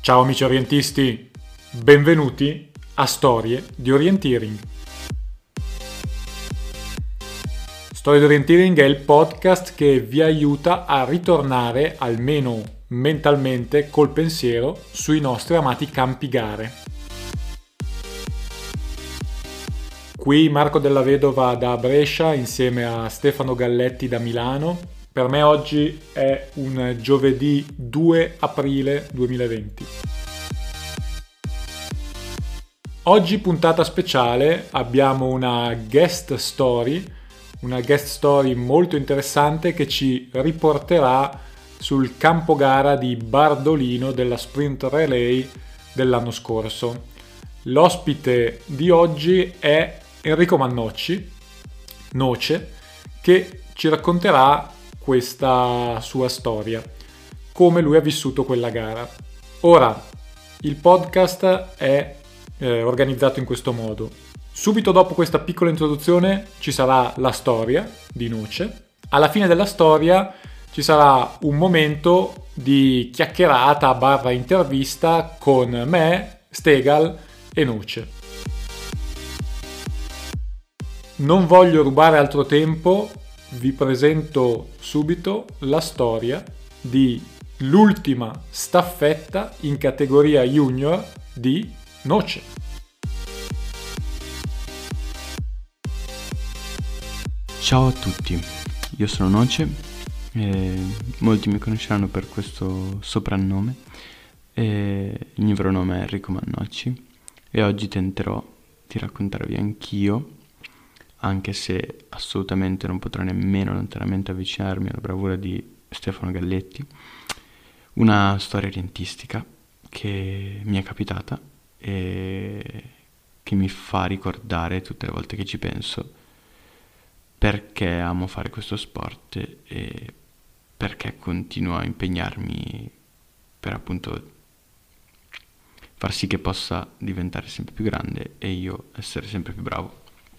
Ciao amici orientisti, benvenuti a Storie di Orienteering. Storie di Orienteering è il podcast che vi aiuta a ritornare, almeno mentalmente, col pensiero sui nostri amati campi gare. Qui Marco Della Vedova da Brescia insieme a Stefano Galletti da Milano. Per me oggi è un giovedì 2 aprile 2020. Oggi puntata speciale, abbiamo una guest story molto interessante che ci riporterà sul campo gara di Bardolino della Sprint Relay dell'anno scorso. L'ospite di oggi è Enrico Mannocci, Noce, che ci racconterà questa sua storia, come lui ha vissuto quella gara. Ora, il podcast è organizzato in questo modo. Subito dopo questa piccola introduzione ci sarà la storia di Noce. Alla fine della storia ci sarà un momento di chiacchierata / intervista con me, Stegal e Noce. Non voglio rubare altro tempo, vi presento subito la storia di l'ultima staffetta in categoria junior di Noce. Ciao a tutti, io sono Noce, molti mi conosceranno per questo soprannome, il mio vero nome è Enrico Mannocci e oggi tenterò di raccontarvi anch'io, anche se assolutamente non potrò nemmeno lontanamente avvicinarmi alla bravura di Stefano Galletti, una storia orientistica che mi è capitata e che mi fa ricordare tutte le volte che ci penso perché amo fare questo sport e perché continuo a impegnarmi per appunto far sì che possa diventare sempre più grande e io essere sempre più bravo.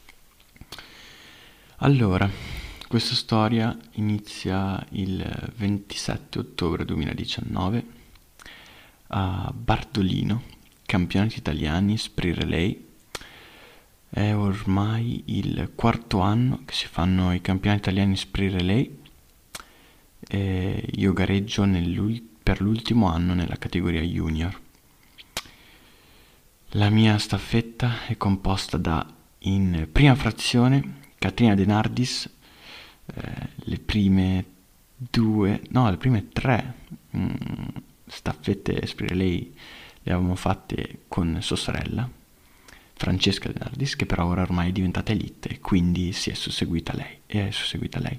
Allora, questa storia inizia il 27 ottobre 2019 a Bardolino, campionati italiani Sprint Relay. È ormai il quarto anno che si fanno i campionati italiani Sprint Relay e io gareggio per l'ultimo anno nella categoria junior. La mia staffetta è composta da, in prima frazione, Caterina De Nardis, le prime tre staffette Sprint Relay le avevamo fatte con sua sorella Francesca De Nardis, che però ora ormai è diventata elite e quindi è susseguita lei.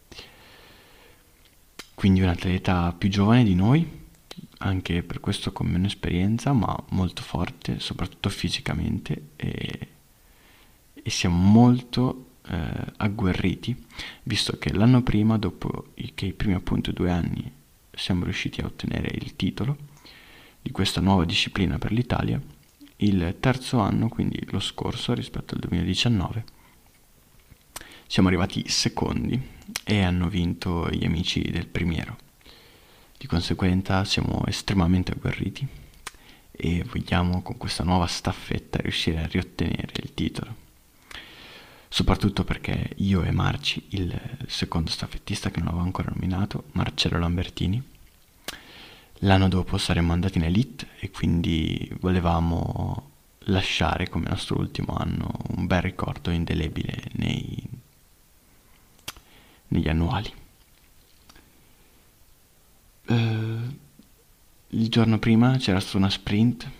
Quindi un'atleta più giovane di noi, anche per questo con meno esperienza, ma molto forte, soprattutto fisicamente, e siamo molto agguerriti, visto che l'anno prima, dopo che i primi appunto 2 anni siamo riusciti a ottenere il titolo di questa nuova disciplina per l'Italia, il terzo anno, quindi lo scorso rispetto al 2019, siamo arrivati secondi e hanno vinto gli amici del Primiero. Di conseguenza siamo estremamente agguerriti e vogliamo con questa nuova staffetta riuscire a riottenere il titolo. Soprattutto perché io e Marci, il secondo staffettista che non avevo ancora nominato, Marcello Lambertini, l'anno dopo saremmo andati in Elite e quindi volevamo lasciare come nostro ultimo anno un bel ricordo indelebile negli annuali. Il giorno prima c'era stata una sprint,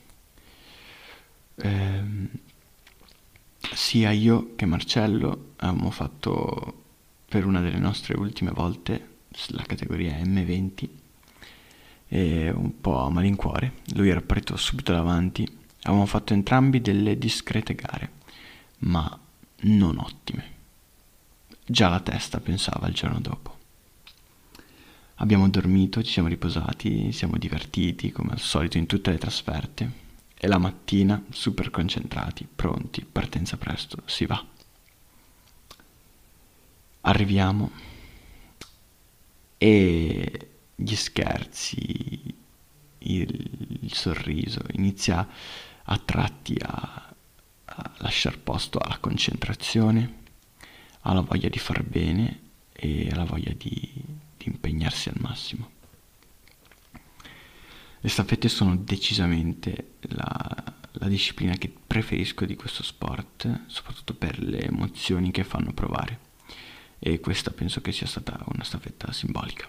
sia io che Marcello avevamo fatto per una delle nostre ultime volte la categoria M20 e un po' a malincuore, lui era partito subito davanti. Avevamo fatto entrambi delle discrete gare, ma non ottime. Già la testa pensava il giorno dopo. Abbiamo dormito, ci siamo riposati, siamo divertiti come al solito in tutte le trasferte e la mattina super concentrati, pronti, partenza presto, si va. Arriviamo e gli scherzi, il sorriso, inizia a tratti a lasciar posto alla concentrazione, alla voglia di far bene e alla voglia di impegnarsi al massimo. Le staffette sono decisamente la disciplina che preferisco di questo sport, soprattutto per le emozioni che fanno provare, e questa penso che sia stata una staffetta simbolica.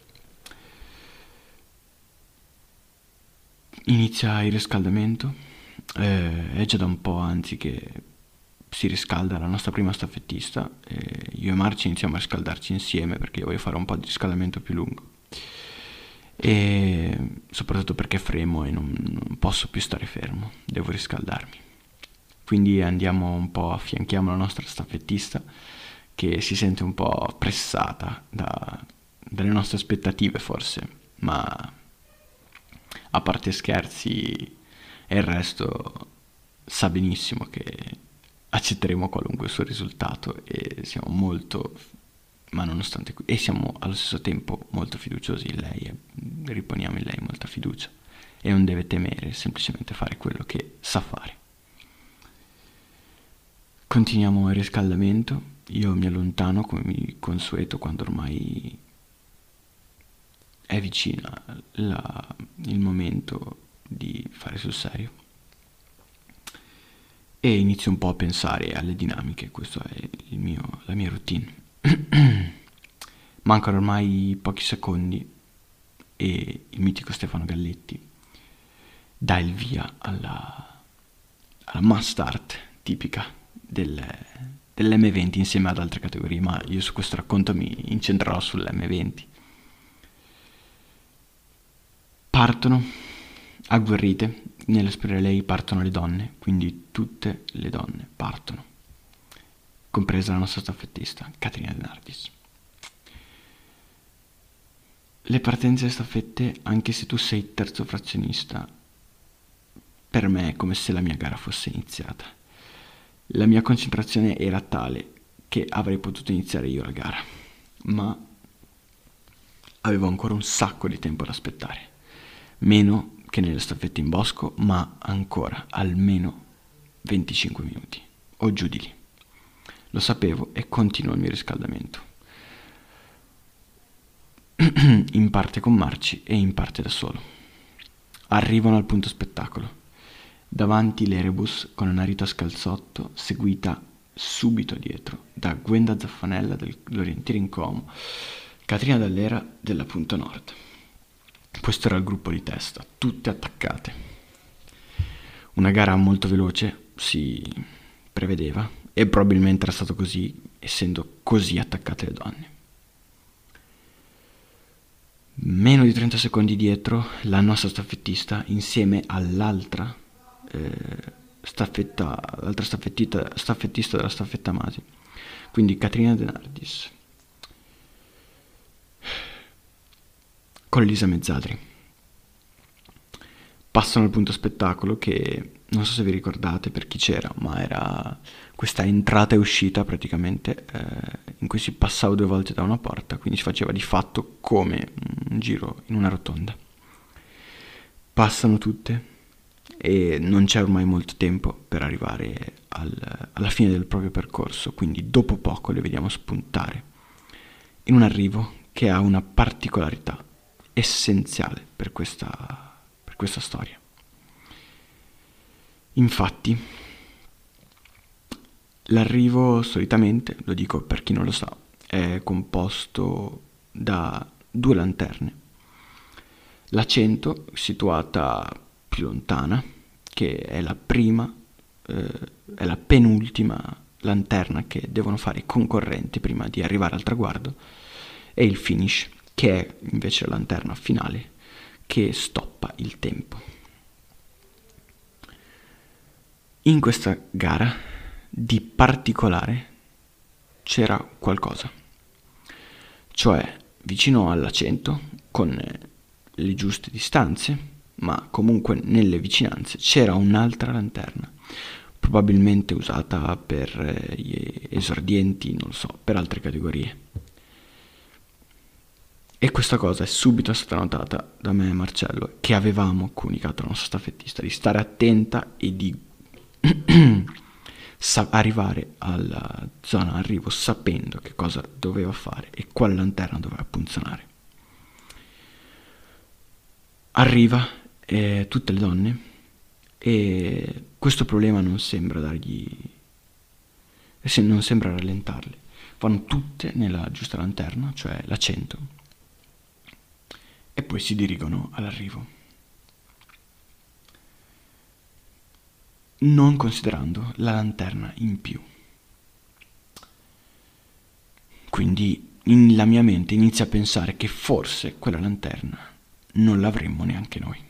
Inizia il riscaldamento, è già da un po', anzi, che si riscalda la nostra prima staffettista. Io e Marci iniziamo a riscaldarci insieme perché io voglio fare un po' di riscaldamento più lungo, e soprattutto perché fremo e non posso più stare fermo, devo riscaldarmi. Quindi andiamo un po', affianchiamo la nostra staffettista, che si sente un po' pressata dalle nostre aspettative forse, ma a parte scherzi e il resto sa benissimo che accetteremo qualunque suo risultato, e siamo molto, ma nonostante, e siamo allo stesso tempo molto fiduciosi in lei, e riponiamo in lei molta fiducia, e non deve temere, semplicemente fare quello che sa fare. Continuiamo il riscaldamento, io mi allontano come mi consueto quando ormai è vicino il momento di fare sul serio, e inizio un po' a pensare alle dinamiche. Questa è la mia routine. Mancano ormai pochi secondi e il mitico Stefano Galletti dà il via alla must start tipica dell'M20 insieme ad altre categorie, ma io su questo racconto mi incentrerò sull'M20. Partono agguerrite, nelle lei partono le donne, quindi tutte le donne partono, compresa la nostra staffettista Caterina De Nardis. Le partenze e staffette, anche se tu sei terzo frazionista, per me è come se la mia gara fosse iniziata. La mia concentrazione era tale che avrei potuto iniziare io la gara, ma avevo ancora un sacco di tempo da aspettare, meno che nelle staffette in bosco, ma ancora almeno 25 minuti o giù di lì. Lo sapevo e continuo il mio riscaldamento, in parte con Marci e in parte da solo. Arrivano al punto spettacolo, davanti l'Erebus con una Rita Scalzotto, seguita subito dietro da Gwenda Zaffanella dell'Orientire in Como, Caterina Dall'Era della Punta Nord. Questo era il gruppo di testa, tutte attaccate. Una gara molto veloce si prevedeva, e probabilmente era stato così, essendo così attaccate le donne. Meno di 30 secondi dietro la nostra staffettista, insieme all'altra staffettista della staffetta Masi, quindi Caterina De Nardis con Elisa Mezzadri. Passano al punto spettacolo, che non so se vi ricordate per chi c'era, ma era questa entrata e uscita praticamente, in cui si passava 2 volte da una porta, quindi si faceva di fatto come un giro in una rotonda. Passano tutte e non c'è ormai molto tempo per arrivare alla fine del proprio percorso, quindi dopo poco le vediamo spuntare in un arrivo che ha una particolarità essenziale per questa storia. Infatti, l'arrivo solitamente, lo dico per chi non lo sa, è composto da 2 lanterne. La 100, situata più lontana, che è la prima, è la penultima lanterna che devono fare i concorrenti prima di arrivare al traguardo, e il finish, che è invece la lanterna finale che stoppa il tempo. In questa gara di particolare c'era qualcosa, cioè vicino alla 100, con le giuste distanze, ma comunque nelle vicinanze, c'era un'altra lanterna, probabilmente usata per gli esordienti, non lo so, per altre categorie. E questa cosa è subito stata notata da me e Marcello, che avevamo comunicato alla nostra staffettista di stare attenta e di arrivare alla zona arrivo sapendo che cosa doveva fare e quale lanterna doveva funzionare. Arriva tutte le donne e questo problema non sembra non sembra rallentarle. Vanno tutte nella giusta lanterna, cioè la 100, e poi si dirigono all'arrivo, non considerando la lanterna in più. Quindi la mia mente inizia a pensare che forse quella lanterna non l'avremmo neanche noi.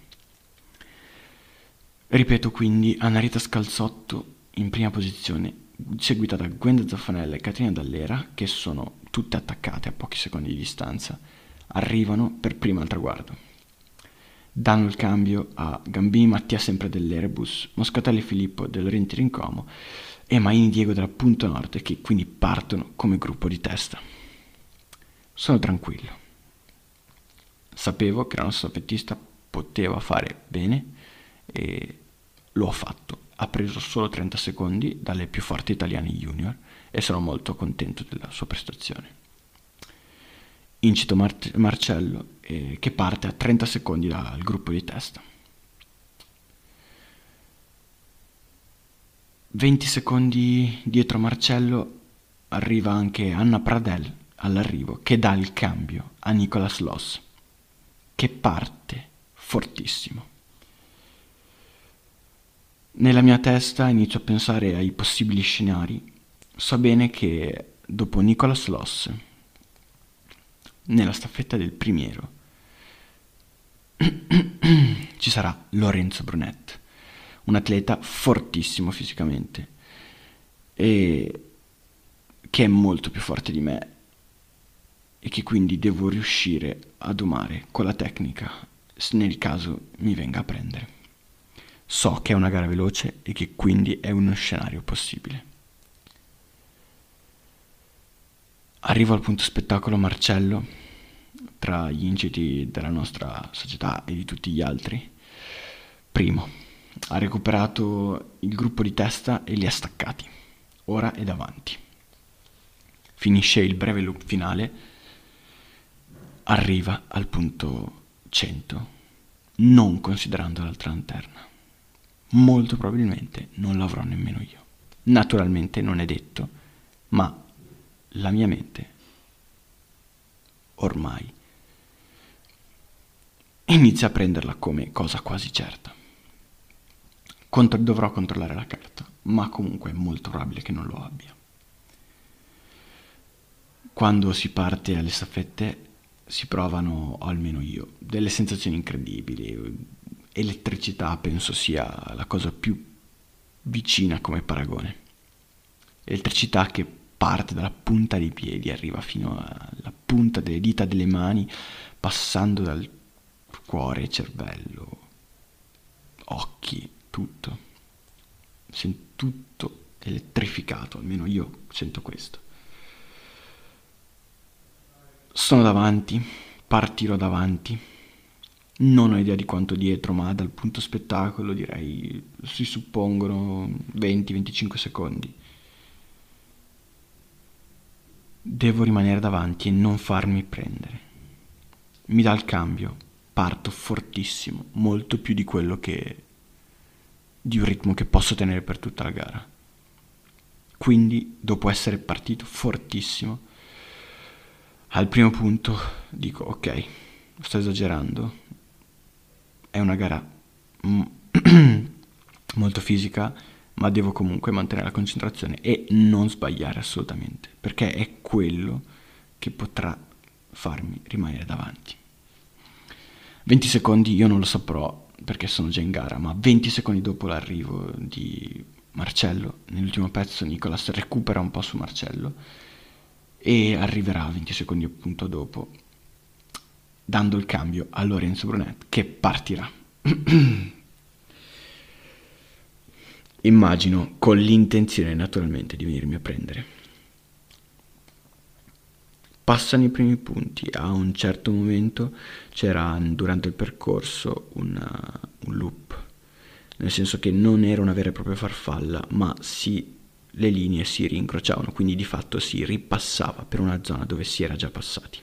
Ripeto quindi Annarita Scalzotto in prima posizione, seguita da Gwenda Zaffanella e Caterina Dall'Era, che sono tutte attaccate a pochi secondi di distanza, arrivano per prima al traguardo. Danno il cambio a Gambini Mattia sempre dell'Erebus, Moscatelli Filippo dell'Oriente Rincomo e Maini Diego della Punto Nord, che quindi partono come gruppo di testa. Sono tranquillo. Sapevo che la nostra staffettista poteva fare bene e lo ha fatto. Ha preso solo 30 secondi dalle più forti italiane junior e sono molto contento della sua prestazione. Incito Marcello che parte a 30 secondi dal gruppo di testa. 20 secondi dietro Marcello arriva anche Anna Pradel all'arrivo, che dà il cambio a Nicolas Loss, che parte fortissimo. Nella mia testa inizio a pensare ai possibili scenari. So bene che dopo Nicolas Loss, nella staffetta del primiero, ci sarà Lorenzo Brunet, un atleta fortissimo fisicamente e che è molto più forte di me e che quindi devo riuscire a domare con la tecnica nel caso mi venga a prendere. So che è una gara veloce e che quindi è uno scenario possibile. Arrivo al punto spettacolo Marcello, tra gli inciti della nostra società e di tutti gli altri. Primo, ha recuperato il gruppo di testa e li ha staccati. Ora è davanti. Finisce il breve loop finale, arriva al punto 100, non considerando l'altra lanterna. Molto probabilmente non l'avrò nemmeno io. Naturalmente non è detto, ma la mia mente ormai inizia a prenderla come cosa quasi certa. Dovrò controllare la carta, ma comunque è molto probabile che non lo abbia. Quando si parte alle staffette si provano, o almeno io, delle sensazioni incredibili. Elettricità penso sia la cosa più vicina come paragone. Elettricità che parte dalla punta dei piedi, arriva fino alla punta delle dita delle mani, passando dal cuore, cervello, occhi, tutto. Sento tutto elettrificato, almeno io sento questo. Sono davanti, partirò davanti. Non ho idea di quanto dietro, ma dal punto spettacolo direi si suppongono 20-25 secondi. Devo rimanere davanti e non farmi prendere. Mi dà il cambio, parto fortissimo, molto più di quello di un ritmo che posso tenere per tutta la gara. Quindi, dopo essere partito fortissimo, al primo punto dico ok, sto esagerando. È una gara molto fisica, ma devo comunque mantenere la concentrazione e non sbagliare assolutamente, perché è quello che potrà farmi rimanere davanti. 20 secondi io non lo saprò perché sono già in gara, ma 20 secondi dopo l'arrivo di Marcello, nell'ultimo pezzo Nicolas recupera un po' su Marcello e arriverà 20 secondi appunto dopo, dando il cambio a Lorenzo Brunet, che partirà. Immagino con l'intenzione naturalmente di venirmi a prendere. passano i primi punti, a un certo momento c'era durante il percorso un loop, nel senso che non era una vera e propria farfalla, ma le linee si rincrociavano, quindi di fatto si ripassava per una zona dove si era già passati.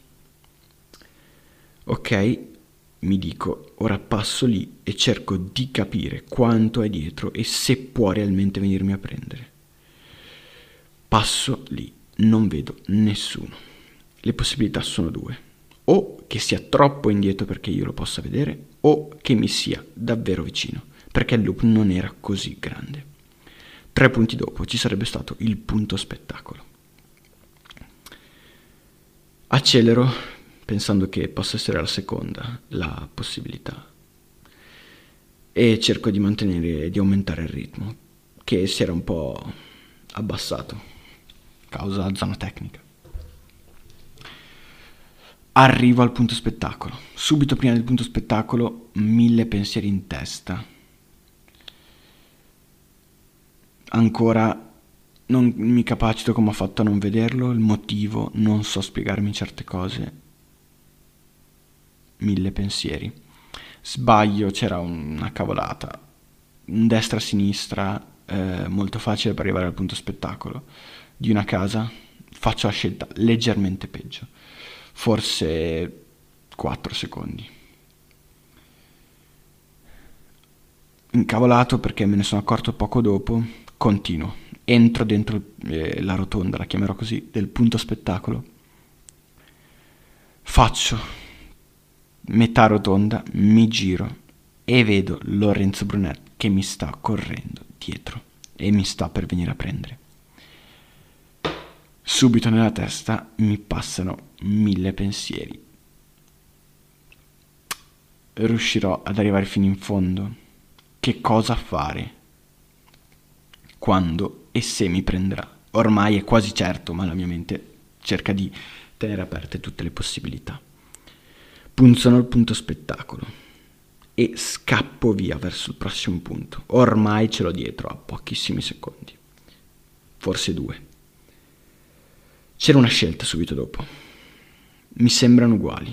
Ok, mi dico, ora passo lì e cerco di capire quanto è dietro e se può realmente venirmi a prendere. Passo lì, non vedo nessuno. Le possibilità sono due: o che sia troppo indietro perché io lo possa vedere, o che mi sia davvero vicino, perché il loop non era così grande. 3 punti dopo ci sarebbe stato il punto spettacolo. Accelero, pensando che possa essere la seconda la possibilità, e cerco di aumentare il ritmo, che si era un po' abbassato, causa zona tecnica. Arrivo al punto spettacolo. Subito prima del punto spettacolo, 1000 pensieri in testa. Ancora non mi capacito come ho fatto a non vederlo, il motivo, non so spiegarmi certe cose. 1000 pensieri. Sbaglio, c'era una cavolata. Un destra-sinistra, molto facile per arrivare al punto spettacolo. Di una casa, faccio la scelta leggermente peggio. Forse 4 secondi. Incavolato perché me ne sono accorto poco dopo, continuo. Entro dentro la rotonda, la chiamerò così, del punto spettacolo. Faccio metà rotonda, mi giro e vedo Lorenzo Brunet che mi sta correndo dietro e mi sta per venire a prendere. Subito nella testa mi passano 1000 pensieri. Riuscirò ad arrivare fino in fondo? Che cosa fare? Quando e se mi prenderà? Ormai è quasi certo, ma la mia mente cerca di tenere aperte tutte le possibilità. Punzano il punto spettacolo e scappo via verso il prossimo punto. Ormai ce l'ho dietro a pochissimi secondi, forse 2. C'era una scelta subito dopo. Mi sembrano uguali.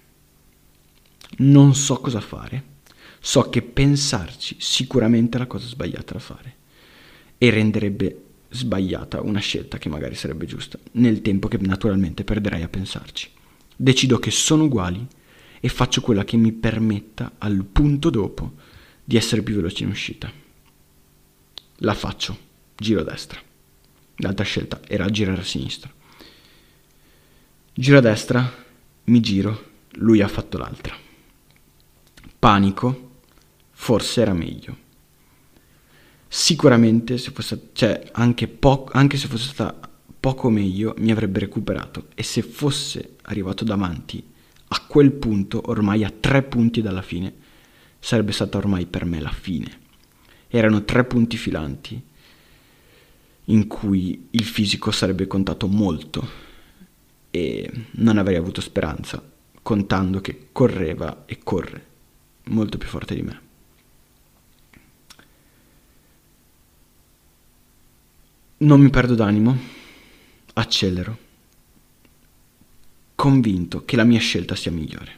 Non so cosa fare. So che pensarci sicuramente è la cosa sbagliata da fare e renderebbe sbagliata una scelta che magari sarebbe giusta, nel tempo che naturalmente perderei a pensarci. Decido che sono uguali e faccio quella che mi permetta al punto dopo di essere più veloce in uscita. La faccio, giro a destra. L'altra scelta era girare a sinistra. Giro a destra, mi giro, lui ha fatto l'altra. Panico, forse era meglio. Sicuramente se fosse, anche se fosse stata poco meglio mi avrebbe recuperato, e se fosse arrivato davanti a quel punto, ormai a 3 punti dalla fine, sarebbe stata ormai per me la fine. Erano 3 punti filanti in cui il fisico sarebbe contato molto e non avrei avuto speranza, contando che correva e corre molto più forte di me. Non mi perdo d'animo, accelero, convinto che la mia scelta sia migliore,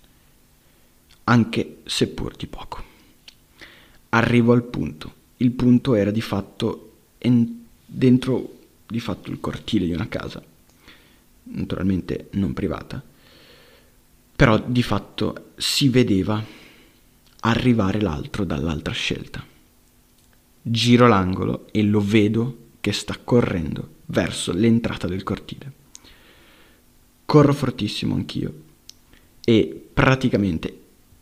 anche seppur di poco. Arrivo al punto. Il punto era di fatto dentro di fatto il cortile di una casa, naturalmente non privata, però di fatto si vedeva arrivare l'altro dall'altra scelta. Giro l'angolo e lo vedo che sta correndo verso l'entrata del cortile. Corro fortissimo anch'io e praticamente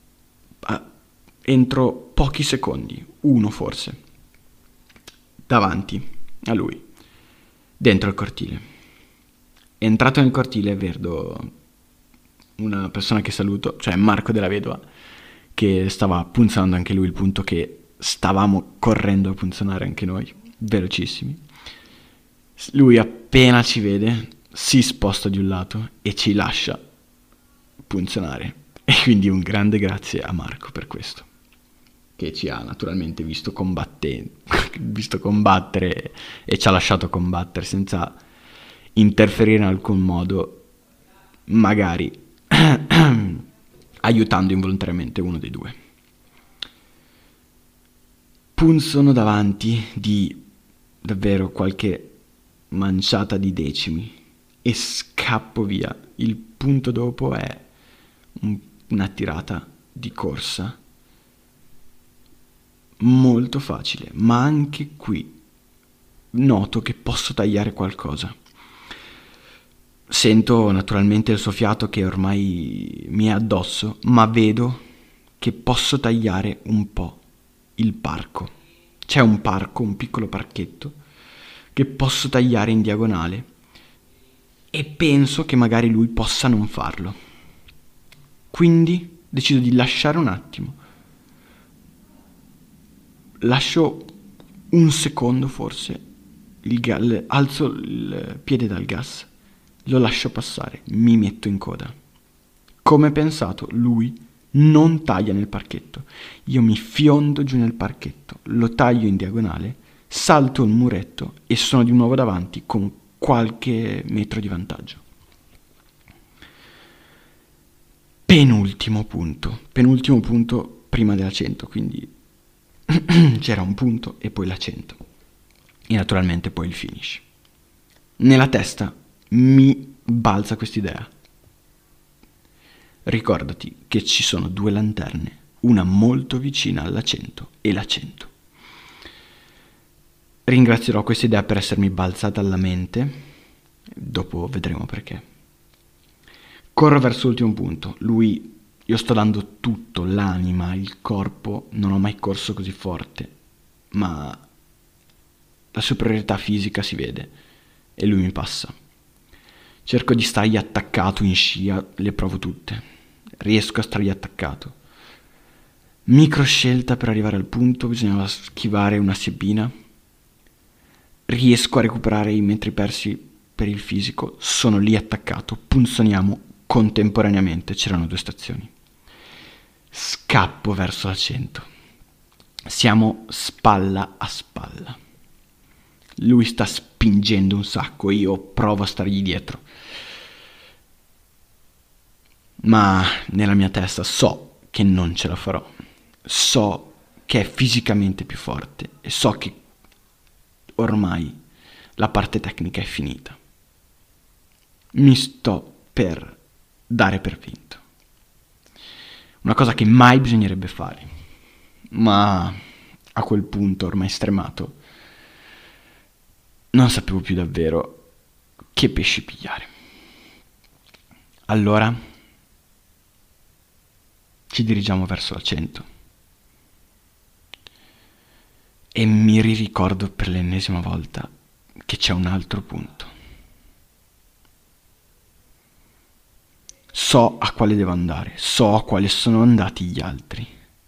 entro pochi secondi, 1 forse, davanti a lui, dentro il cortile. Entrato nel cortile vedo una persona che saluto, cioè Marco della Vedova, che stava punzando anche lui il punto che stavamo correndo a punzonare anche noi, velocissimi. Lui appena ci vede si sposta di un lato e ci lascia punzonare, e quindi un grande grazie a Marco per questo, che ci ha naturalmente visto combattere e ci ha lasciato combattere senza interferire in alcun modo magari aiutando involontariamente uno dei due. Punzono davanti di davvero qualche manciata di decimi e scappo via. Il punto dopo è una tirata di corsa molto facile, ma anche qui noto che posso tagliare qualcosa. Sento naturalmente il suo fiato che ormai mi è addosso, ma vedo che posso tagliare un po' il parco. C'è un parco, un piccolo parchetto, che posso tagliare in diagonale e penso che magari lui possa non farlo. Quindi decido di lasciare un attimo. Lascio un secondo forse, alzo il piede dal gas, lo lascio passare, mi metto in coda. Come pensato, lui non taglia nel parchetto. Io mi fiondo giù nel parchetto, lo taglio in diagonale, salto il muretto e sono di nuovo davanti con qualche metro di vantaggio. Penultimo punto prima della 100, quindi c'era un punto e poi la 100 e naturalmente poi il finish. Nella testa mi balza quest'idea. Ricordati che ci sono 2 lanterne, una molto vicina alla 100 e la 100. Ringrazierò questa idea per essermi balzata alla mente, dopo vedremo perché. Corro verso l'ultimo punto, io sto dando tutto, l'anima, il corpo, non ho mai corso così forte, ma la superiorità fisica si vede e lui mi passa. Cerco di stargli attaccato in scia, le provo tutte. Riesco a stargli attaccato. Micro scelta per arrivare al punto, bisognava schivare una sebbina. Riesco a recuperare i metri persi per il fisico, sono lì attaccato, punzoniamo contemporaneamente, c'erano 2 stazioni. Scappo verso la 100. Siamo spalla a spalla. Lui sta spingendo un sacco, io provo a stargli dietro. Ma nella mia testa so che non ce la farò. So che è fisicamente più forte e so che ormai la parte tecnica è finita. Mi sto per dare per vinto. Una cosa che mai bisognerebbe fare. Ma a quel punto ormai stremato non sapevo più davvero che pesci pigliare. Allora ci dirigiamo verso la 100 e mi ricordo per l'ennesima volta che c'è un altro punto. So a quale devo andare, so a quale sono andati gli altri.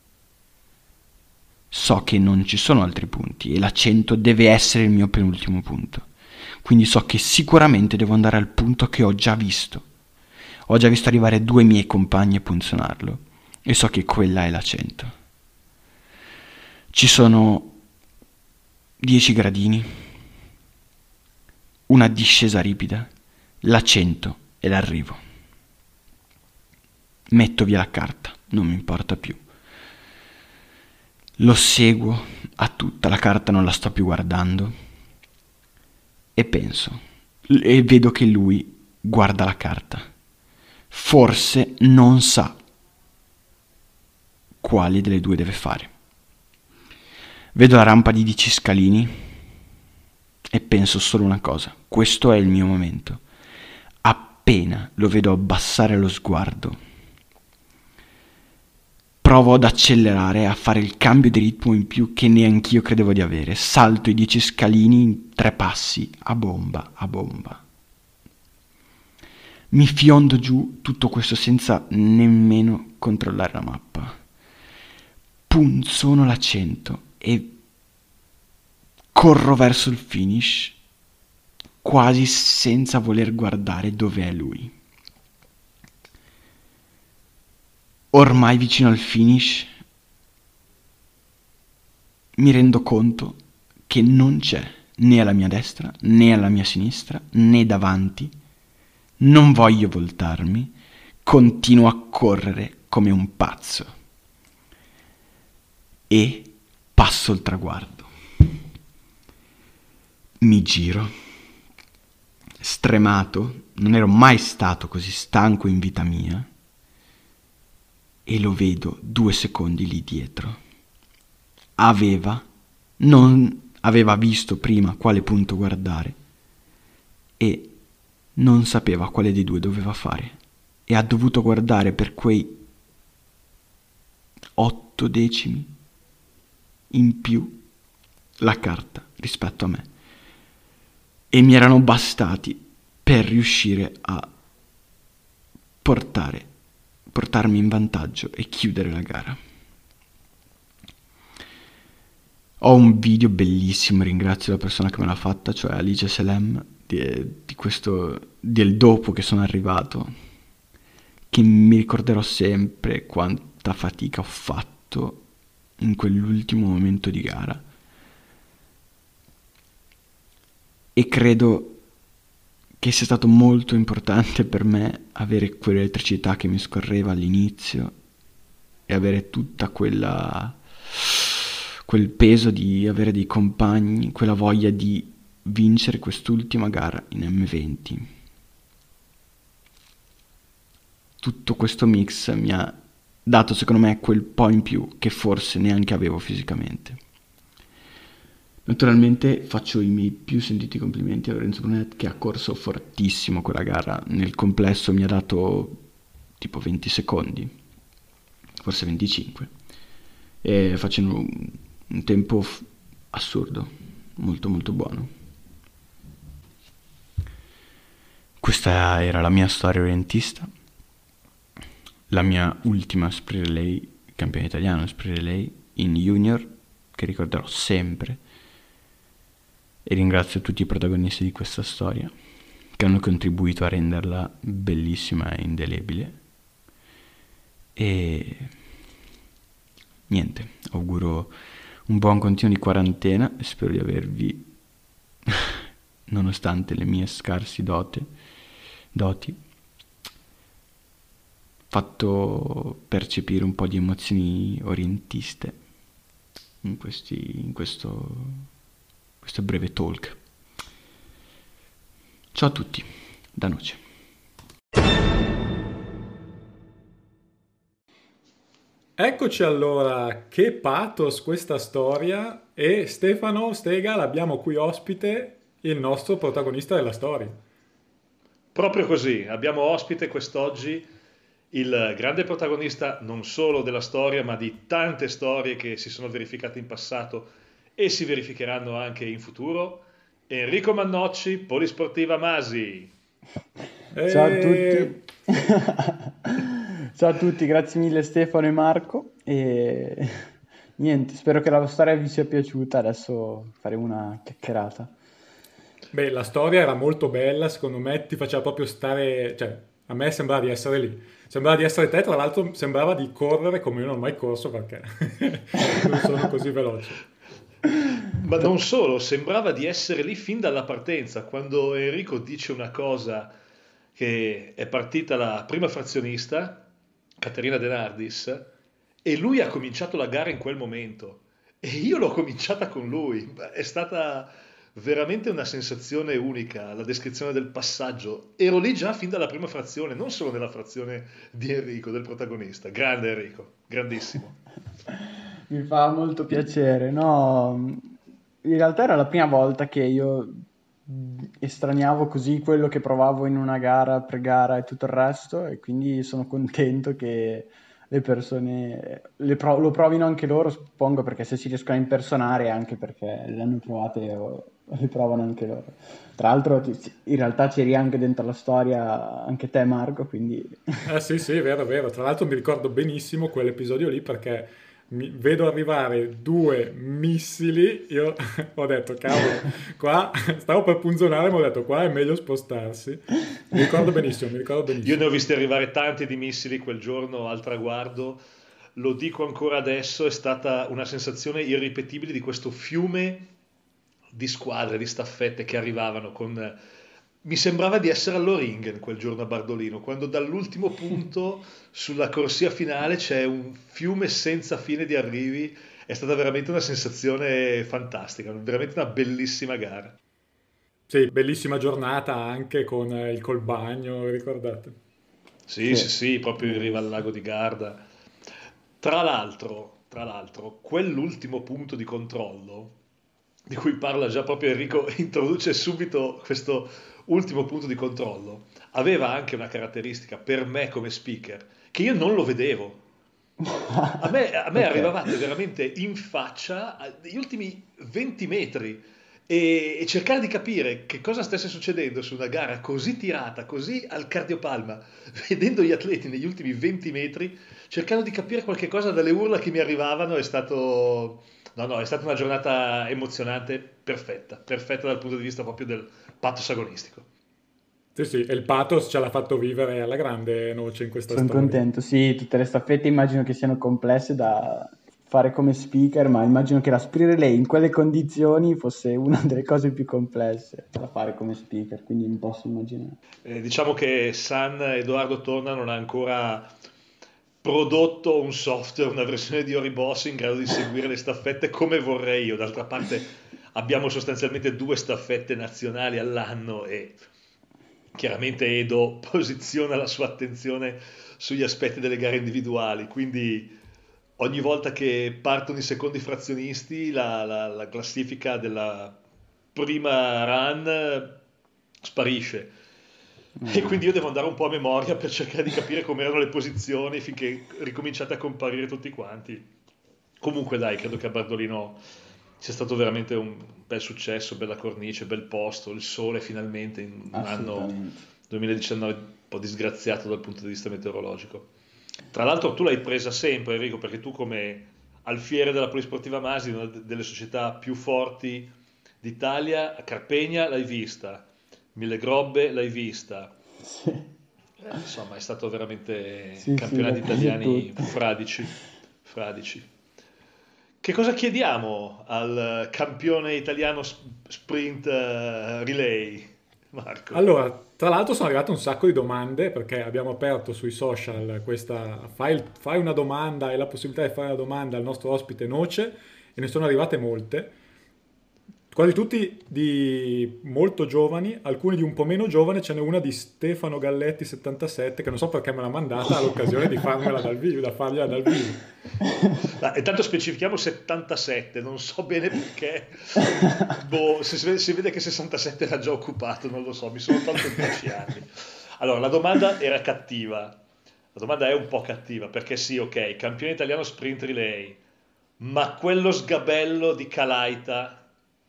So che non ci sono altri punti e la 100 deve essere il mio penultimo punto. Quindi so che sicuramente devo andare al punto che ho già visto. Ho già visto arrivare 2 miei compagni e punzionarlo e so che quella è la 100. Ci sono 10 gradini, una discesa ripida, la 100 e l'arrivo. Metto via la carta, non mi importa più. Lo seguo a tutta, la carta non la sto più guardando e penso, e vedo che lui guarda la carta. Forse non sa quali delle 2 deve fare. Vedo la rampa di 10 scalini e penso solo una cosa, questo è il mio momento. Appena lo vedo abbassare lo sguardo, provo ad accelerare, a fare il cambio di ritmo in più che neanch'io credevo di avere. Salto i 10 scalini in 3 passi, a bomba, a bomba. Mi fiondo giù, tutto questo senza nemmeno controllare la mappa. Punzono la 100 e corro verso il finish, quasi senza voler guardare dove è lui. Ormai vicino al finish mi rendo conto che non c'è né alla mia destra, né alla mia sinistra, né davanti Non voglio voltarmi, continuo a correre come un pazzo e passo il traguardo. Mi giro, stremato, non ero mai stato così stanco in vita mia, e lo vedo 2 secondi lì dietro. Non aveva visto prima quale punto guardare e non sapeva quale dei due doveva fare, e ha dovuto guardare per quei 8 decimi in più la carta rispetto a me, e mi erano bastati per riuscire a portarmi in vantaggio e chiudere la gara. Ho un video bellissimo, ringrazio la persona che me l'ha fatta, cioè Alice Selem, del dopo che sono arrivato, che mi ricorderò sempre quanta fatica ho fatto in quell'ultimo momento di gara. E credo che sia stato molto importante per me avere quell'elettricità che mi scorreva all'inizio e avere tutta quel peso di avere dei compagni, quella voglia di vincere quest'ultima gara in M20. Tutto questo mix mi ha dato, secondo me, quel po' in più che forse neanche avevo fisicamente. Naturalmente faccio i miei più sentiti complimenti a Lorenzo Brunet, che ha corso fortissimo quella gara. Nel complesso mi ha dato tipo 20 secondi, forse 25, e facendo un tempo assurdo, molto molto buono. Questa era la mia storia orientista, la mia ultima sprint relay, campione italiano sprint relay in junior, che ricorderò sempre. E ringrazio tutti i protagonisti di questa storia che hanno contribuito a renderla bellissima e indelebile. E niente, auguro un buon continuo di quarantena e spero di avervi, nonostante le mie scarsi doti, fatto percepire un po' di emozioni orientiste in questo breve talk. Ciao a tutti, da Noce. Eccoci allora, che pathos questa storia, e Stefano Stega l'abbiamo qui ospite, il nostro protagonista della storia. Proprio così, abbiamo ospite quest'oggi il grande protagonista non solo della storia, ma di tante storie che si sono verificate in passato e si verificheranno anche in futuro. Enrico Mannocci, Polisportiva Masi. Ciao a tutti. Ciao a tutti, grazie mille Stefano e Marco. E niente, spero che la storia vi sia piaciuta. Adesso faremo una chiacchierata. Beh, la storia era molto bella, secondo me ti faceva proprio stare, cioè a me sembrava di essere lì, sembrava di essere te, tra l'altro sembrava di correre come io non ho mai corso perché non sono così veloce. Ma non solo, sembrava di essere lì fin dalla partenza, quando Enrico dice una cosa che è partita la prima frazionista, Caterina De Nardis, e lui ha cominciato la gara in quel momento e io l'ho cominciata con lui. È stata veramente una sensazione unica, la descrizione del passaggio. Ero lì già fin dalla prima frazione, non solo nella frazione di Enrico, del protagonista. Grande Enrico, grandissimo. Mi fa molto piacere, no? In realtà era la prima volta che io estraniavo così quello che provavo in una gara, pre-gara e tutto il resto, e quindi sono contento che le persone lo provino anche loro, suppongo, perché se si riescono a impersonare, anche perché le hanno provate o le provano anche loro. Tra l'altro in realtà c'eri anche dentro la storia anche te, Marco, quindi Sì, sì, vero, vero. Tra l'altro mi ricordo benissimo quell'episodio lì perché vedo arrivare due missili, io ho detto, cavolo, qua stavo per punzonare, ma ho detto, qua è meglio spostarsi. Mi ricordo benissimo, mi ricordo Io benissimo. ne ho visti arrivare tanti di missili quel giorno al traguardo, lo dico ancora adesso, è stata una sensazione irripetibile di questo fiume di squadre, di staffette che arrivavano con mi sembrava di essere all'Oringen quel giorno a Bardolino, quando dall'ultimo punto sulla corsia finale c'è un fiume senza fine di arrivi. È stata veramente una sensazione fantastica, veramente una bellissima gara. Sì, bellissima giornata anche con il col bagno, ricordate? Sì, Sì, sì, sì, proprio in riva al bellissimo. lago di Garda. Tra l'altro, quell'ultimo punto di controllo di cui parla già proprio Enrico, introduce subito questo ultimo punto di controllo, aveva anche una caratteristica per me come speaker, che io non lo vedevo. A me Ok. arrivavate veramente in faccia negli ultimi 20 metri e cercare di capire che cosa stesse succedendo su una gara così tirata, così al cardiopalma, vedendo gli atleti negli ultimi 20 metri, cercando di capire qualche cosa dalle urla che mi arrivavano, è stato... No, no, è stata una giornata emozionante, perfetta, perfetta dal punto di vista proprio del pathos agonistico. Sì, sì, e il pathos ce l'ha fatto vivere alla grande Noce in questa Sono storia. contento. Sì, tutte le staffette immagino che siano complesse da fare come speaker, ma immagino che la Spree Relay in quelle condizioni fosse una delle cose più complesse da fare come speaker, quindi non posso immaginare. Diciamo che San Edoardo Torna non ha ancora prodotto un software, una versione di Oriboss in grado di seguire le staffette come vorrei io. D'altra parte abbiamo sostanzialmente due staffette nazionali all'anno e chiaramente Edo posiziona la sua attenzione sugli aspetti delle gare individuali, quindi ogni volta che partono i secondi frazionisti la classifica della prima run sparisce. E Mm. quindi io devo andare un po' a memoria per cercare di capire come erano le posizioni finché ricominciate a comparire tutti quanti. Comunque dai, credo che a Bardolino sia stato veramente un bel successo, bella cornice, bel posto, il sole finalmente in un anno Assolutamente. 2019 un po' disgraziato dal punto di vista meteorologico. Tra l'altro tu l'hai presa sempre Enrico, perché tu come alfiere della Polisportiva Masi, una delle società più forti d'Italia, a Carpegna l'hai vista, Mille Grobbe l'hai vista, Sì, insomma è stato veramente sì, sì, le campionati ho prese italiani tutte. fradici, fradici. Che cosa chiediamo al campione italiano sprint relay, Marco? Allora, tra l'altro sono arrivate un sacco di domande perché abbiamo aperto sui social questa fai una domanda e la possibilità di fare una domanda al nostro ospite Noce e ne sono arrivate molte. Quasi tutti di molto giovani, alcuni di un po' meno giovane, ce n'è una di Stefano Galletti 77 che non so perché me l'ha mandata all'occasione di farmela dal vivo, da fargliela dal vivo. Ah, intanto specifichiamo 77, non so bene perché. Boh, si vede che 67 era già occupato, non lo so, mi sono tolto 10 anni. Allora, la domanda era cattiva. La domanda è un po' cattiva, perché sì, ok, campione italiano sprint relay, ma quello sgabello di Calaita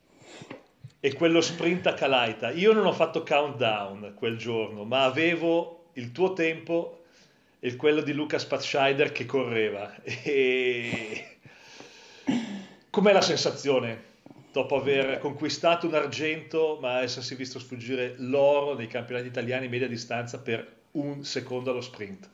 e quello sprint a Calaita. Io non ho fatto countdown quel giorno, ma avevo il tuo tempo e quello di Luca Spatscheider che correva. E com'è la sensazione dopo aver conquistato un argento, ma essersi visto sfuggire l'oro nei campionati italiani media distanza per un secondo allo sprint?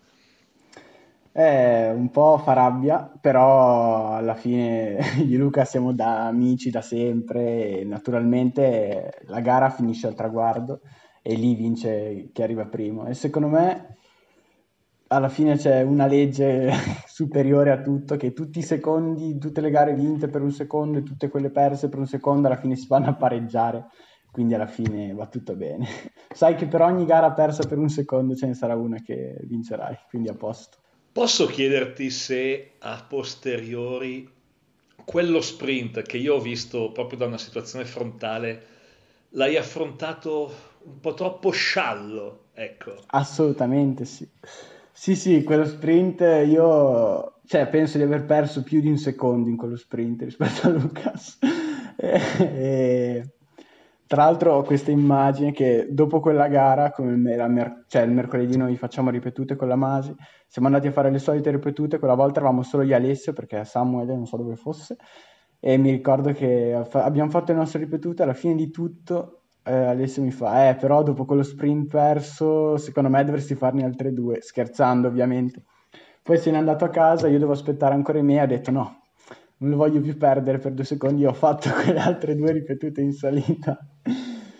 Un po' fa rabbia, però alla fine io e Luca siamo da amici da sempre e naturalmente la gara finisce al traguardo e lì vince chi arriva primo. E secondo me alla fine c'è una legge superiore a tutto, che tutti i secondi, tutte le gare vinte per un secondo e tutte quelle perse per un secondo alla fine si vanno a pareggiare, quindi alla fine va tutto bene. Sai che per ogni gara persa per un secondo ce ne sarà una che vincerai, quindi a posto. Posso chiederti se a posteriori quello sprint che io ho visto proprio da una situazione frontale l'hai affrontato un po' troppo sciallo, ecco. Assolutamente sì. Sì, sì, quello sprint io, cioè, penso di aver perso più di un secondo in quello sprint rispetto a Lucas. E, tra l'altro ho questa immagine che dopo quella gara, come cioè, il mercoledì noi facciamo ripetute con la Masi, siamo andati a fare le solite ripetute, quella volta eravamo solo io e Alessio perché Samuel non so dove fosse, e mi ricordo che abbiamo fatto le nostre ripetute, alla fine di tutto Alessio mi fa, però dopo quello sprint perso, secondo me dovresti farne altre due, scherzando ovviamente. Poi se n'è andato a casa, io devo aspettare ancora i miei, ho detto no, non lo voglio più perdere per 2 secondi, ho fatto quelle altre due ripetute in salita.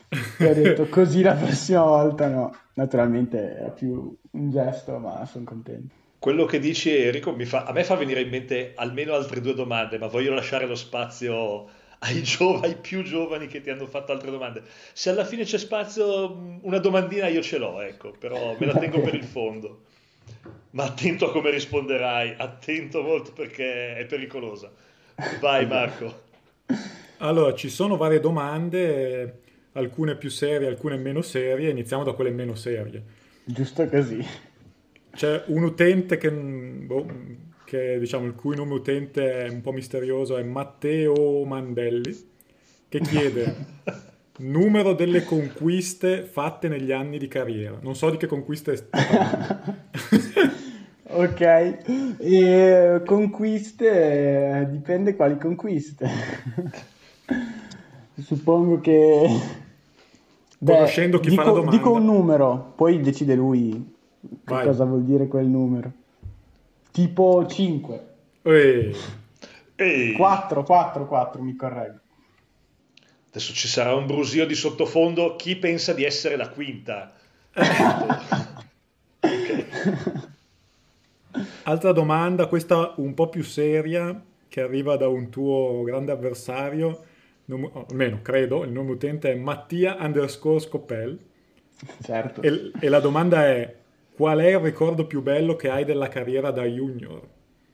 E ho detto così la prossima volta no. Naturalmente è più un gesto, ma sono contento. Quello che dici Enrico a me fa venire in mente almeno altre due domande, ma voglio lasciare lo spazio ai più giovani che ti hanno fatto altre domande. Se alla fine c'è spazio, una domandina io ce l'ho, ecco, però me la tengo per il fondo. Ma attento a come risponderai, attento molto perché è pericolosa. Vai Marco. Allora, ci sono varie domande, alcune più serie, alcune meno serie. Iniziamo da quelle meno serie. Giusto così. C'è un utente che, diciamo, il cui nome utente è un po' misterioso, è Matteo Mandelli, che chiede numero delle conquiste fatte negli anni di carriera. Non so di che conquiste sta parlando. Ok, e conquiste, dipende quali conquiste. Suppongo che... Conoscendo chi fa la domanda. Dico un numero, poi decide lui che Vai. cosa vuol dire quel numero. Tipo 5. Ehi, 4, mi correggo. Adesso ci sarà un brusio di sottofondo. Chi pensa di essere la quinta? Ok. altra domanda, questa un po' più seria, che arriva da un tuo grande avversario, almeno credo, il nome utente è Mattia _ Scopel, Certo. e la domanda è: qual è il ricordo più bello che hai della carriera da junior?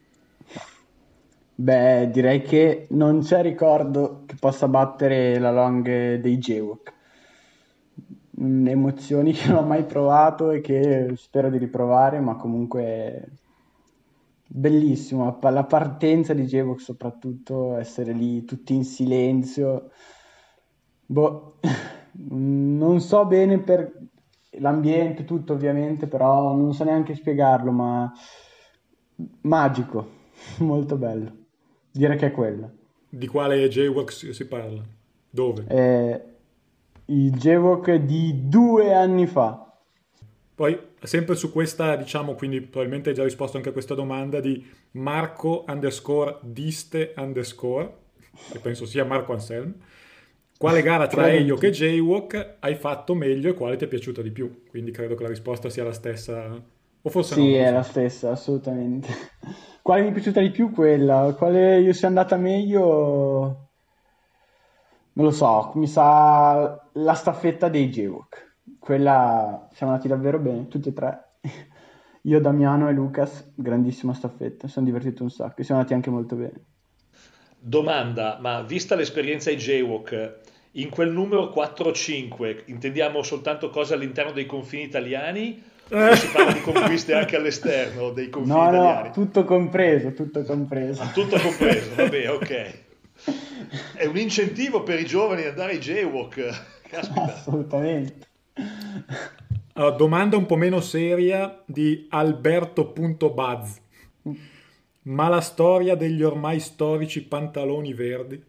Beh, direi che non c'è ricordo che possa battere la long dei Jaywalk. Emozioni che non ho mai provato e che spero di riprovare, ma comunque bellissimo. La partenza di Jaywalk soprattutto, essere lì tutti in silenzio. Boh, non so bene per l'ambiente, tutto ovviamente, però non so neanche spiegarlo, ma magico, molto bello. Direi che è quella. Di quale J-Work si parla? Dove? È il Jaywalk di 2 anni fa. Poi, sempre su questa, diciamo, quindi probabilmente hai già risposto anche a questa domanda di Marco _ Diste _ che penso sia Marco Anselm. Quale gara tra Credo Elio anche. e J-Walk hai fatto meglio e quale ti è piaciuta di più? Quindi credo che la risposta sia la stessa, o forse no, Sì, non lo è la so. stessa, assolutamente. Quale mi è piaciuta di più? Quella. Quale io sia andata meglio? Non lo so, mi sa la staffetta dei Jaywalk. Quella siamo andati davvero bene, tutti e tre. Io, Damiano e Lucas, grandissima staffetta, mi sono divertito un sacco e siamo andati anche molto bene. Domanda, ma vista l'esperienza ai Jaywalk, in quel numero 4-5 intendiamo soltanto cose all'interno dei confini italiani o si parla di conquiste anche all'esterno dei confini No, no, italiani? tutto compreso, tutto compreso. Ah, tutto compreso, vabbè, ok. È un incentivo per i giovani ad andare ai Jaywalk. Caspita. Assolutamente. Allora, domanda un po' meno seria di Alberto.Buzz. Ma la storia degli ormai storici pantaloni verdi?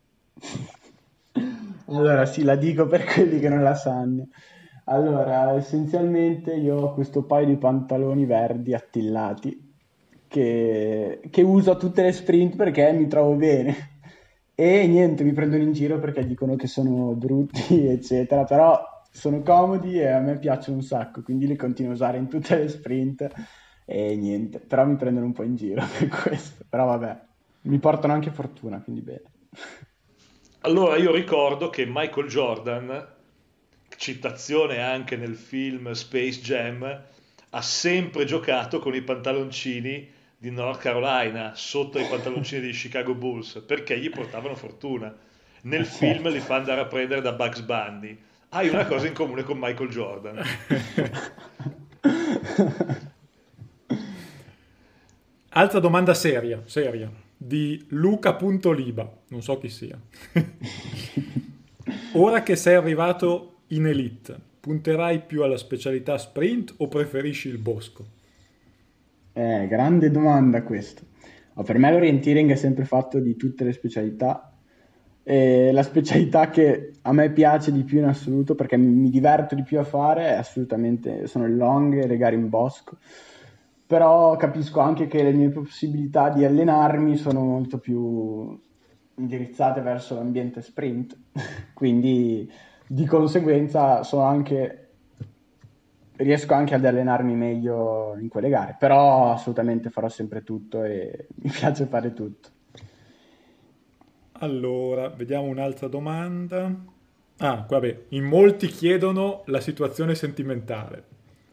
Allora, sì, la dico per quelli che non la sanno. Allora, essenzialmente io ho questo paio di pantaloni verdi attillati che uso a tutte le sprint perché mi trovo bene. E niente, mi prendono in giro perché dicono che sono brutti, eccetera, però sono comodi e a me piacciono un sacco, quindi li continuo a usare in tutte le sprint e niente, però mi prendono un po' in giro per questo, però vabbè, mi portano anche fortuna, quindi bene. Allora io ricordo che Michael Jordan, citazione anche nel film Space Jam, ha sempre giocato con i pantaloncini di North Carolina sotto i pantaloncini dei Chicago Bulls perché gli portavano fortuna. Nel film li Certo. fa andare a prendere da Bugs Bunny. Hai una cosa in comune con Michael Jordan. Altra domanda seria, seria, di Luca.Liba, non so chi sia. Ora che sei arrivato in Elite, punterai più alla specialità sprint o preferisci il bosco? Grande domanda questo. Ma per me l'orienteering è sempre fatto di tutte le specialità. E la specialità che a me piace di più in assoluto, perché mi diverto di più a fare, è assolutamente sono il long e le gare in bosco. Però capisco anche che le mie possibilità di allenarmi sono molto più indirizzate verso l'ambiente sprint. Quindi di conseguenza riesco anche ad allenarmi meglio in quelle gare, però assolutamente farò sempre tutto e mi piace fare tutto. Allora, vediamo un'altra domanda. Ah, vabbè, in molti chiedono la situazione sentimentale.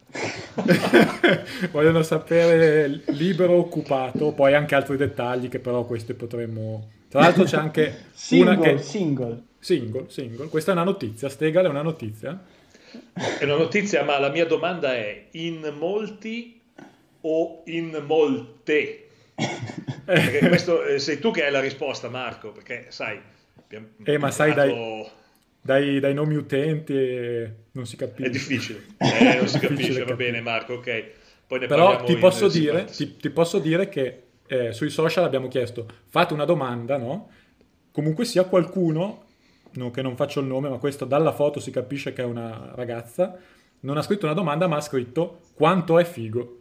Vogliono sapere libero o occupato, poi anche altri dettagli che però questi potremmo... Tra l'altro c'è anche una Single, che... single. Single, single. Questa è una notizia, Stegale, è una notizia. È una notizia, ma la mia domanda è in molti o in molte? Perché questo sei tu che hai la risposta, Marco, perché sai, abbiamo Ma sai, imparato... dai nomi utenti non si È capisce. difficile, non È si difficile capisce, va bene capire. Marco, ok. Poi ne Però parliamo ti in posso dire, separati. ti posso dire che sui social abbiamo chiesto, fate una domanda, no? Comunque sia qualcuno, che non faccio il nome, ma questo dalla foto si capisce che è una ragazza, non ha scritto una domanda, ma ha scritto quanto è figo.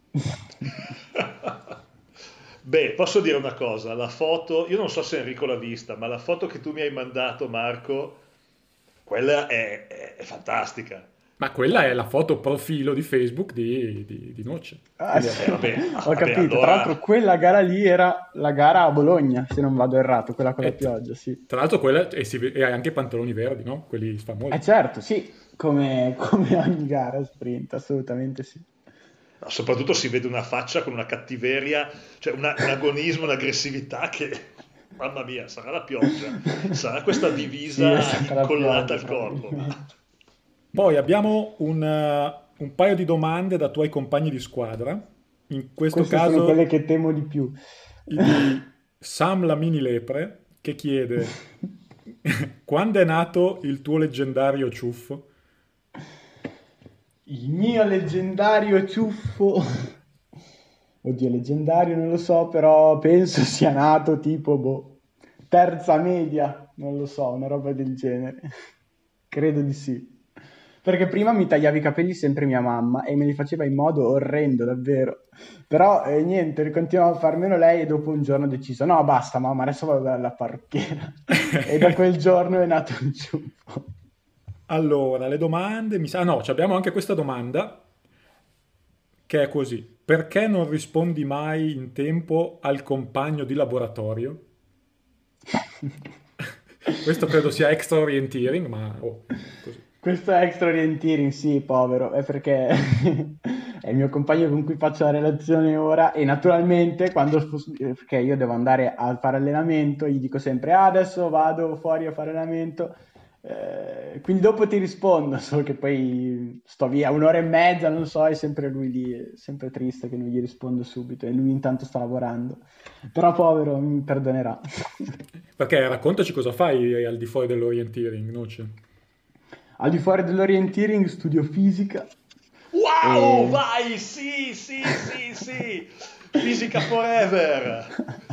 Beh, posso dire una cosa, la foto, io non so se Enrico l'ha vista, ma la foto che tu mi hai mandato, Marco, quella è fantastica. Ma quella è la foto profilo di Facebook di Noce. Ah, Quindi sì. Vabbè, Ho vabbè, capito. Tra l'altro allora... quella gara lì era la gara a Bologna, se non vado errato, quella con la e pioggia, sì. tra l'altro quella, e ha anche i pantaloni verdi, no? Quelli famosi. Certo, sì, come ogni gara sprint, assolutamente sì. No, soprattutto si vede una faccia con una cattiveria, cioè un agonismo, un'aggressività che, mamma mia, sarà la pioggia, sarà questa Sì, è divisa stata la incollata pioggia, al corpo. probabilmente. Poi abbiamo un paio di domande da tuoi compagni di squadra. In questo Queste sono quelle caso che temo di più. di Sam la mini lepre che chiede quando è nato il tuo leggendario ciuffo? Il mio leggendario ciuffo. Oddio, leggendario non lo so, però penso sia nato tipo, boh, terza media, non lo so, una roba del genere. Credo di sì. Perché prima mi tagliava i capelli sempre mia mamma e me li faceva in modo orrendo, davvero. Però niente, continuava a farmelo lei e dopo un giorno ho deciso, no, basta mamma, adesso vado dalla parrucchiera. E da quel giorno è nato il ciuffo. Allora, le domande mi sa... Ah, no, abbiamo anche questa domanda che è così. Perché non rispondi mai in tempo al compagno di laboratorio? Questo credo sia extra orienteering, ma così. Questo è extra orienteering, sì, povero, è perché è il mio compagno con cui faccio la relazione ora e naturalmente perché io devo andare a fare allenamento, gli dico sempre adesso vado fuori a fare allenamento, quindi dopo ti rispondo, solo che poi sto via un'ora e mezza, non so, è sempre lui lì, è sempre triste che non gli rispondo subito e lui intanto sta lavorando, però povero, mi perdonerà. Perché raccontaci cosa fai al di fuori dell'orienteering, Noce. Al di fuori dell'orienteering studio fisica. Wow, E... vai, sì, sì, sì, sì, Fisica Forever.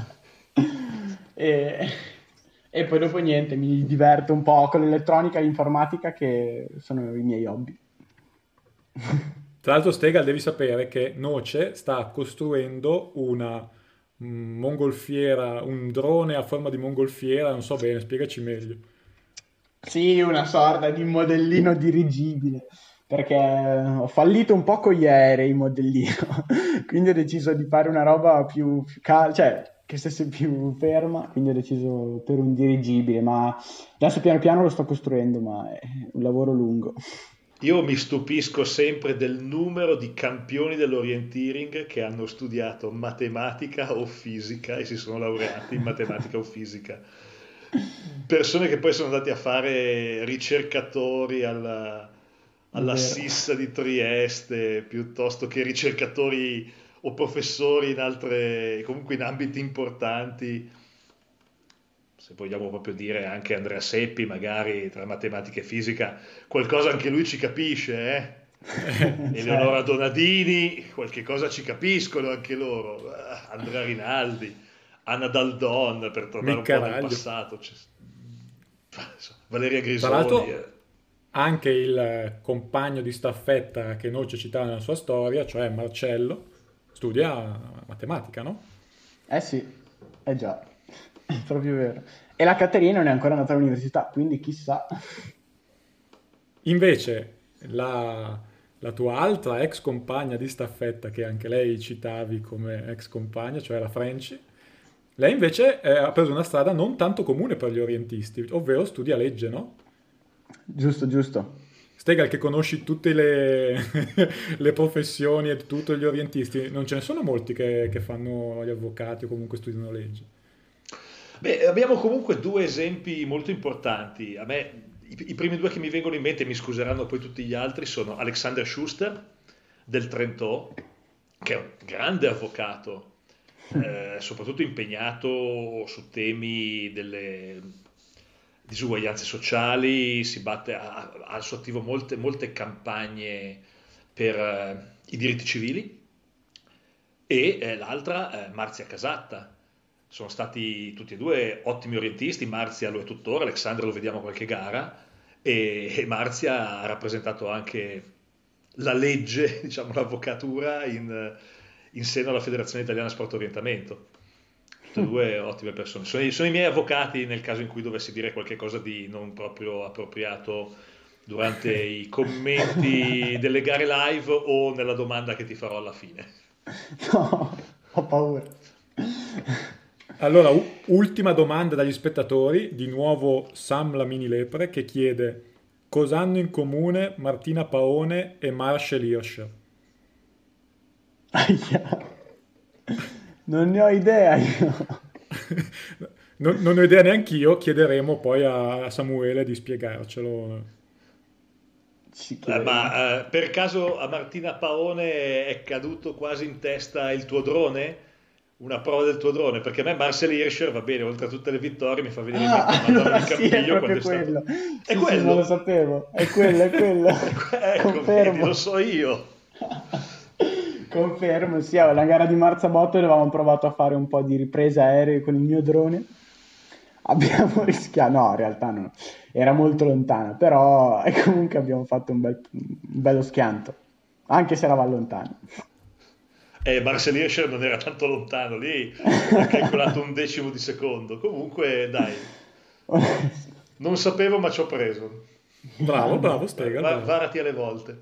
e... e poi dopo niente, mi diverto un po' con l'elettronica e l'informatica che sono i miei hobby. Tra l'altro, Stegal, devi sapere che Noce sta costruendo una mongolfiera, un drone a forma di mongolfiera, non so bene, spiegaci meglio. Sì, una sorta di modellino dirigibile, perché ho fallito un po' con gli aerei modellino, quindi ho deciso di fare una roba cioè che stesse più ferma, quindi ho deciso per un dirigibile, ma adesso piano piano lo sto costruendo, ma è un lavoro lungo. Io mi stupisco sempre del numero di campioni dell'orienteering che hanno studiato matematica o fisica e si sono laureati in matematica o fisica. Persone che poi sono andati a fare ricercatori È alla vero. SIS di Trieste, piuttosto che ricercatori o professori in altre, comunque in ambiti importanti. Se vogliamo proprio dire anche Andrea Seppi, magari tra matematica e fisica, qualcosa anche lui ci capisce, eh? Eleonora Certo. Donadini, qualche cosa ci capiscono anche loro. Andrea Rinaldi, Anna Daldon, per tornare un po' nel Miccaraglio. passato. Valeria Tra Grisoni. l'altro, anche il compagno di staffetta che Noce citava nella sua storia, cioè Marcello, studia matematica, no? Eh sì, è già, è proprio vero. E la Caterina non è ancora andata all'università, quindi chissà. Invece la tua altra ex compagna di staffetta, che anche lei citavi come ex compagna, cioè la Franci, lei invece ha preso una strada non tanto comune per gli orientisti, ovvero studia legge, no? Giusto, giusto. Stegal, che conosci tutte le professioni e tutti gli orientisti, non ce ne sono molti che fanno gli avvocati o comunque studiano legge. Beh, abbiamo comunque due esempi molto importanti. A me i primi due che mi vengono in mente, mi scuseranno poi tutti gli altri, sono Alexander Schuster del Trentò, che è un grande avvocato, soprattutto impegnato su temi delle disuguaglianze sociali, si batte, ha al suo attivo molte campagne per i diritti civili, e l'altra, Marzia Casatta. Sono stati tutti e due ottimi orientisti, Marzia lo è tuttora, Alexandra lo vediamo a qualche gara, e Marzia ha rappresentato anche la legge, diciamo l'avvocatura in seno alla Federazione Italiana Sport Orientamento. Tutte e due ottime persone. Sono i miei avvocati nel caso in cui dovessi dire qualcosa di non proprio appropriato durante i commenti delle gare live o nella domanda che ti farò alla fine. No, ho paura. Allora, ultima domanda dagli spettatori, di nuovo Sam la mini lepre che chiede cosa hanno in comune Martina Paone e Marshall Hirsch? Aia. Non ne ho idea io. Non ho idea neanche io, chiederemo poi a Samuele di spiegarcelo. Ci credo. Ma per caso a Martina Paone è caduto quasi in testa il tuo drone? Una prova del tuo drone? Perché a me Marcel Hirscher va bene, oltre a tutte le vittorie, mi fa venire in Ah, mente Madonna allora di sì, è Campiglio quando proprio è stato... quello. È Sì, sì, non lo quello? sapevo. È quello, è quello. Ecco, vedi, lo Confermo. so io. Confermo, sì, alla gara di Marzabotto avevamo provato a fare un po' di riprese aeree con il mio drone. Abbiamo rischiato, no, in realtà no, era molto lontana, però comunque abbiamo fatto un bello schianto, anche se eravamo lontani. Marcel Hirscher non era tanto lontano, lì ha calcolato un decimo di secondo. Comunque, dai, non sapevo ma ci ho preso. Bravo, Grande. bravo Stegal, bravo. Varati alle volte.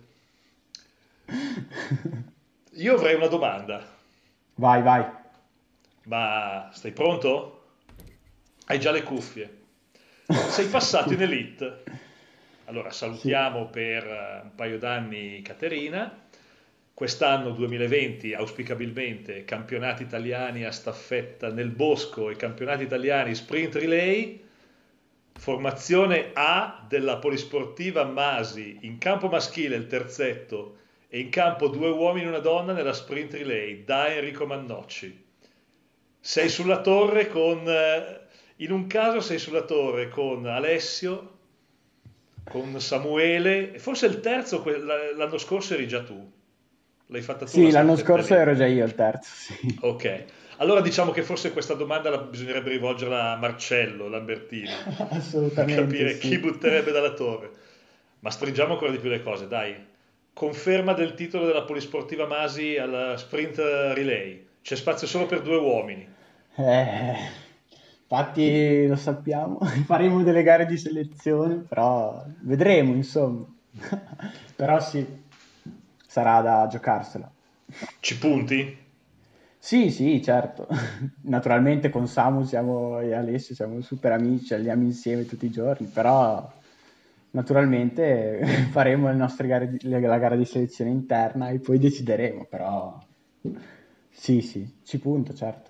Io avrei una domanda, Vai, vai. ma stai pronto? Hai già le cuffie. Sei passato in Elite. Allora Sì. salutiamo per un paio d'anni Caterina. Quest'anno 2020, auspicabilmente, campionati italiani a staffetta nel bosco e campionati italiani sprint relay. Formazione A della polisportiva Masi, in campo maschile il terzetto e in campo due uomini e una donna nella sprint relay, da Enrico Mannocci. Sei sulla torre con, in un caso sei sulla torre con Alessio, con Samuele, e forse il terzo l'anno scorso eri già tu. L'hai fatta tu la Sì, l'anno staffetta scorso lì. ero già io il terzo, sì. Ok, allora diciamo che forse questa domanda bisognerebbe rivolgerla a Marcello Lambertini per Assolutamente capire chi sì. butterebbe dalla torre. Ma stringiamo ancora di più le cose, dai. Conferma del titolo della polisportiva Masi alla sprint relay. C'è spazio solo per due uomini. Eh, infatti lo sappiamo, faremo delle gare di selezione, però vedremo, insomma. Però sì, sarà da giocarsela. Ci punti? Sì, sì, certo. Naturalmente con Samu e Alessio siamo super amici, alliamo insieme tutti i giorni, però naturalmente faremo la gara di selezione interna e poi decideremo, però sì, sì, ci punto, certo.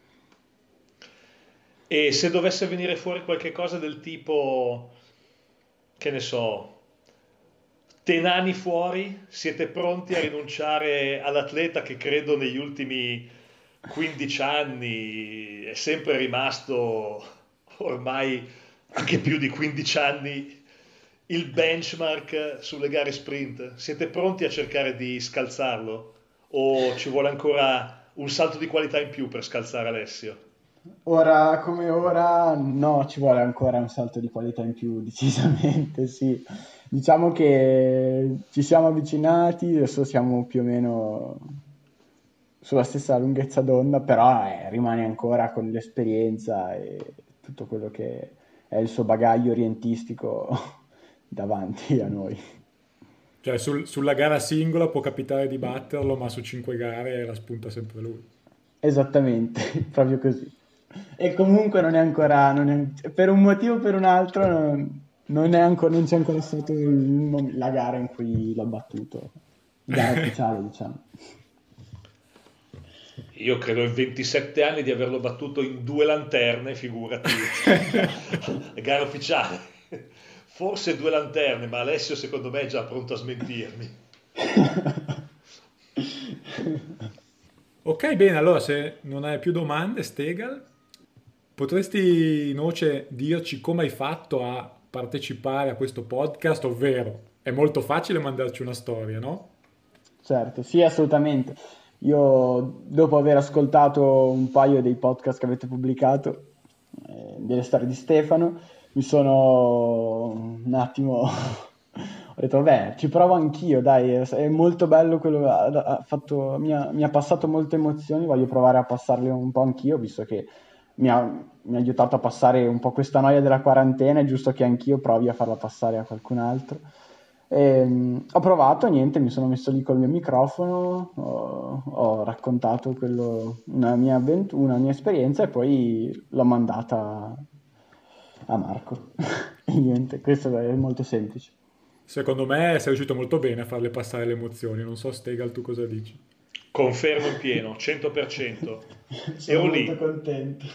E se dovesse venire fuori qualche cosa del tipo, che ne so, Tenani fuori, siete pronti a rinunciare all'atleta che credo negli ultimi 15 anni è sempre rimasto, ormai anche più di 15 anni, il benchmark sulle gare sprint? Siete pronti a cercare di scalzarlo? O ci vuole ancora un salto di qualità in più per scalzare Alessio? Ora come ora, no, ci vuole ancora un salto di qualità in più, decisamente, sì. Diciamo che ci siamo avvicinati, adesso siamo più o meno sulla stessa lunghezza d'onda, però rimane ancora con l'esperienza e tutto quello che è il suo bagaglio orientistico davanti a noi. Cioè sulla gara singola può capitare di batterlo, ma su 5 gare la spunta sempre lui. Esattamente, proprio così. E comunque non è ancora, per un motivo o per un altro, non c'è ancora stata la gara in cui l'ho battuto, gara ufficiale, diciamo. Io credo in 27 anni di averlo battuto in 2 lanterne, figurati, gara ufficiale. Forse 2 lanterne, ma Alessio secondo me è già pronto a smentirmi. Ok, bene, allora se non hai più domande, Stegal, potresti Noce dirci come hai fatto a partecipare a questo podcast, ovvero è molto facile mandarci una storia, no? Certo, sì, assolutamente. Io, dopo aver ascoltato un paio dei podcast che avete pubblicato, delle storie di Stefano, mi sono un attimo... Ho detto, vabbè, ci provo anch'io, dai, è molto bello quello, mi ha passato molte emozioni, voglio provare a passarle un po' anch'io, visto che mi ha aiutato a passare un po' questa noia della quarantena, è giusto che anch'io provi a farla passare a qualcun altro. Ho provato, niente, mi sono messo lì col mio microfono, ho raccontato una mia esperienza e poi l'ho mandata a Marco. E niente, questo è molto semplice. Secondo me sei riuscito molto bene a farle passare le emozioni, non so Stegal tu cosa dici. Confermo in pieno, 100%. Sono Ero molto lì. contento.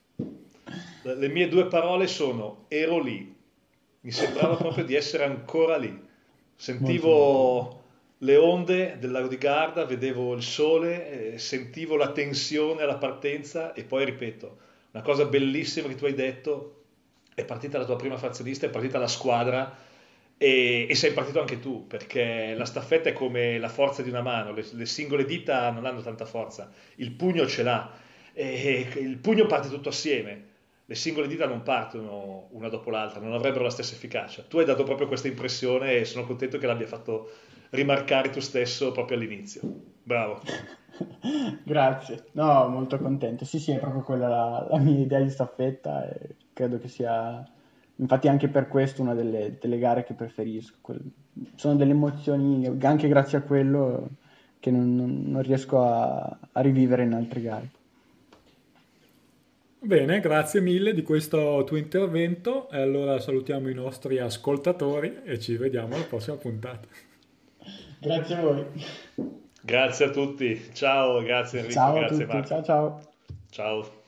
Le mie 2 parole sono ero lì. Mi sembrava proprio di essere ancora lì. Molto, molto. Sentivo le onde del lago di Garda, vedevo il sole, sentivo la tensione alla partenza e poi ripeto, una cosa bellissima che tu hai detto, è partita la tua prima frazionista, è partita la squadra e sei partito anche tu, perché la staffetta è come la forza di una mano, le singole dita non hanno tanta forza, il pugno ce l'ha e il pugno parte tutto assieme. Le singole dita non partono una dopo l'altra, non avrebbero la stessa efficacia. Tu hai dato proprio questa impressione e sono contento che l'abbia fatto rimarcare tu stesso proprio all'inizio. Bravo. Grazie, no, molto contento. Sì, sì, è proprio quella la mia idea di staffetta e credo che sia, infatti anche per questo una delle gare che preferisco. Sono delle emozioni, anche grazie a quello, che non riesco a rivivere in altre gare. Bene, grazie mille di questo tuo intervento e allora salutiamo i nostri ascoltatori e ci vediamo alla prossima puntata. Grazie a voi. Grazie a tutti. Ciao, grazie Enrico, Ciao a grazie tutti, ciao Marco. ciao. Ciao.